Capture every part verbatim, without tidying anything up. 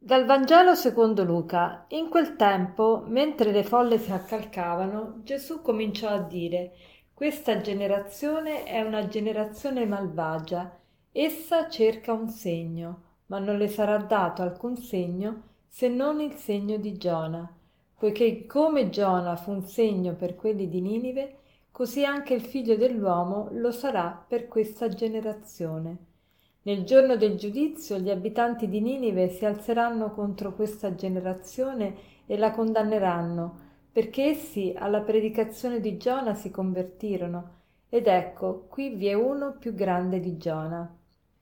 Dal Vangelo secondo Luca. In quel tempo, mentre le folle si accalcavano, Gesù cominciò a dire: Questa generazione è una generazione malvagia. Essa cerca un segno, ma non le sarà dato alcun segno se non il segno di Giona. Poiché come Giona fu un segno per quelli di Ninive, così anche il figlio dell'uomo lo sarà per questa generazione. Nel giorno del giudizio gli abitanti di Ninive si alzeranno contro questa generazione e la condanneranno, perché essi alla predicazione di Giona si convertirono. Ed ecco, qui vi è uno più grande di Giona.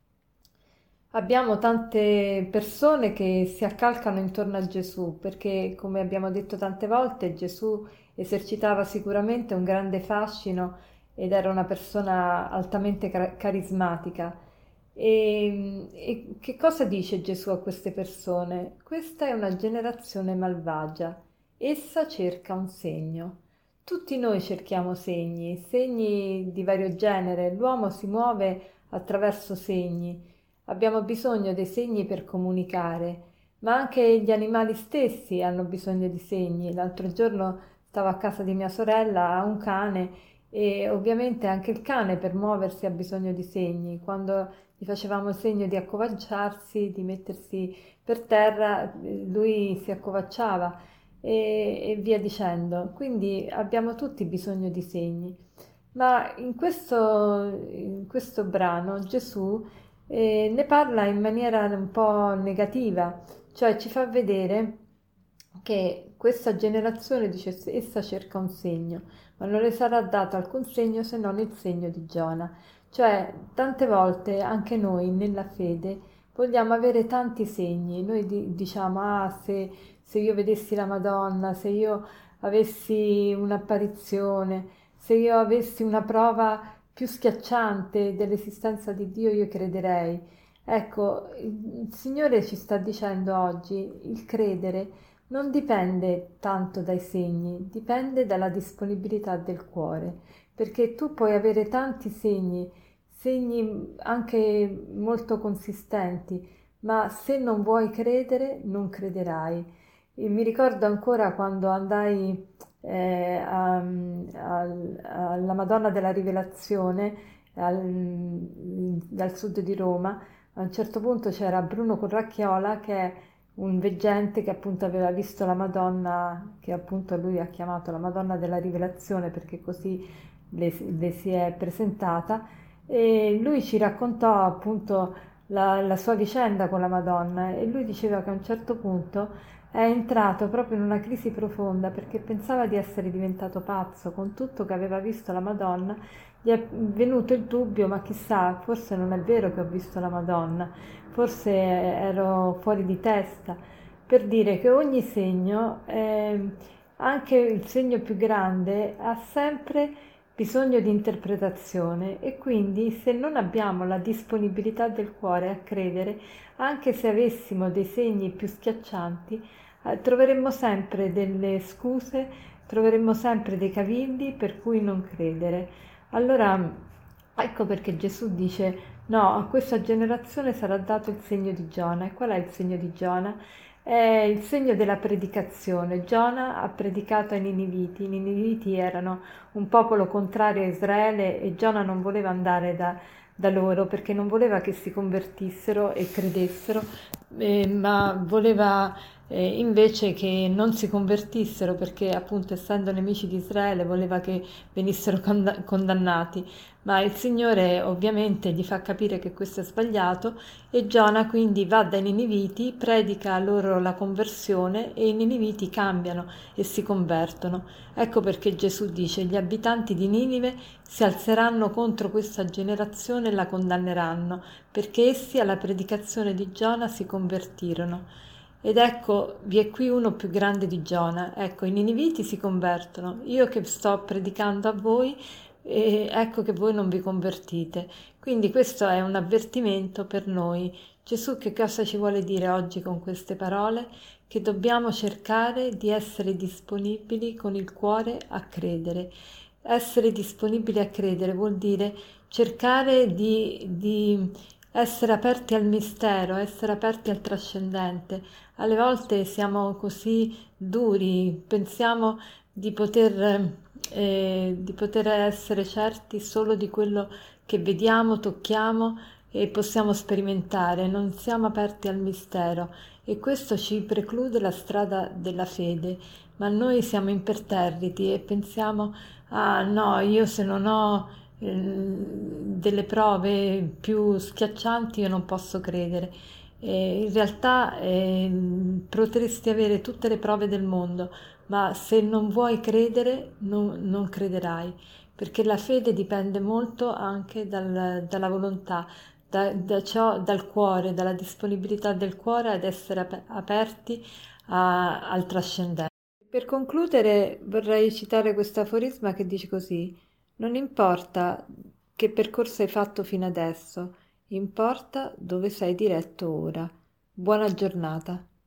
Abbiamo tante persone che si accalcano intorno a Gesù, perché, come abbiamo detto tante volte, Gesù esercitava sicuramente un grande fascino ed era una persona altamente car- carismatica. E, e che cosa dice Gesù a queste persone? Questa è una generazione malvagia. Essa cerca un segno. Tutti noi cerchiamo segni, segni di vario genere. L'uomo si muove attraverso segni. Abbiamo bisogno dei segni per comunicare, ma anche gli animali stessi hanno bisogno di segni. L'altro giorno stavo a casa di mia sorella, ha un cane e ovviamente anche il cane per muoversi ha bisogno di segni. Quando gli facevamo il segno di accovacciarsi, di mettersi per terra, lui si accovacciava e, e via dicendo. Quindi abbiamo tutti bisogno di segni. Ma in questo, in questo brano Gesù eh, ne parla in maniera un po' negativa, cioè ci fa vedere che questa generazione, dice, essa cerca un segno, ma non le sarà dato alcun segno se non il segno di Giona. Cioè, tante volte anche noi nella fede vogliamo avere tanti segni. Noi di- diciamo, ah, se, se io vedessi la Madonna, se io avessi un'apparizione, se io avessi una prova più schiacciante dell'esistenza di Dio, io crederei. Ecco, il Signore ci sta dicendo oggi, il credere non dipende tanto dai segni, dipende dalla disponibilità del cuore, perché tu puoi avere tanti segni, segni anche molto consistenti, ma se non vuoi credere, non crederai. E mi ricordo ancora quando andai eh, a- al- alla Madonna della Rivelazione al- dal sud di Roma. A un certo punto c'era Bruno Corracchiola che è un veggente che appunto aveva visto la Madonna, che appunto lui ha chiamato la Madonna della Rivelazione perché così le, le si è presentata, e lui ci raccontò appunto la, la sua vicenda con la Madonna e lui diceva che a un certo punto è entrato proprio in una crisi profonda perché pensava di essere diventato pazzo con tutto che aveva visto la Madonna. Gli è venuto il dubbio, ma chissà, forse non è vero che ho visto la Madonna, forse ero fuori di testa, per dire che ogni segno, eh, anche il segno più grande, ha sempre bisogno di interpretazione e quindi se non abbiamo la disponibilità del cuore a credere, anche se avessimo dei segni più schiaccianti, eh, troveremmo sempre delle scuse, troveremmo sempre dei cavilli per cui non credere. Allora, ecco perché Gesù dice: no, a questa generazione sarà dato il segno di Giona. E qual è il segno di Giona? È il segno della predicazione. Giona ha predicato ai Niniviti. I Niniviti erano un popolo contrario a Israele e Giona non voleva andare da, da loro perché non voleva che si convertissero e credessero, eh, ma voleva eh, invece che non si convertissero perché appunto essendo nemici di Israele voleva che venissero conda- condannati. Ma il Signore ovviamente gli fa capire che questo è sbagliato e Giona quindi va dai Niniviti, predica loro la conversione e i Niniviti cambiano e si convertono. Ecco perché Gesù dice: gli abitanti di Ninive si alzeranno contro questa generazione e la condanneranno, perché essi alla predicazione di Giona si convertirono. Ed ecco, vi è qui uno più grande di Giona. Ecco, i Niniviti si convertono. Io che sto predicando a voi, e ecco che voi non vi convertite. Quindi questo è un avvertimento per noi. Gesù che cosa ci vuole dire oggi con queste parole? Che dobbiamo cercare di essere disponibili con il cuore a credere. Essere disponibili a credere vuol dire cercare di, di essere aperti al mistero, essere aperti al trascendente. Alle volte siamo così duri, pensiamo di poter, eh, di poter essere certi solo di quello che vediamo, tocchiamo e possiamo sperimentare, non siamo aperti al mistero e questo ci preclude la strada della fede, ma noi siamo imperterriti e pensiamo, ah no, io se non ho eh, delle prove più schiaccianti io non posso credere. E in realtà eh, potresti avere tutte le prove del mondo, ma se non vuoi credere non, non crederai, perché la fede dipende molto anche dal- dalla volontà, da, da ciò, dal cuore, dalla disponibilità del cuore ad essere ap- aperti a- al trascendente. Per concludere vorrei citare questo aforisma che dice così: non importa che percorso hai fatto fino adesso, importa dove sei diretto ora. Buona giornata.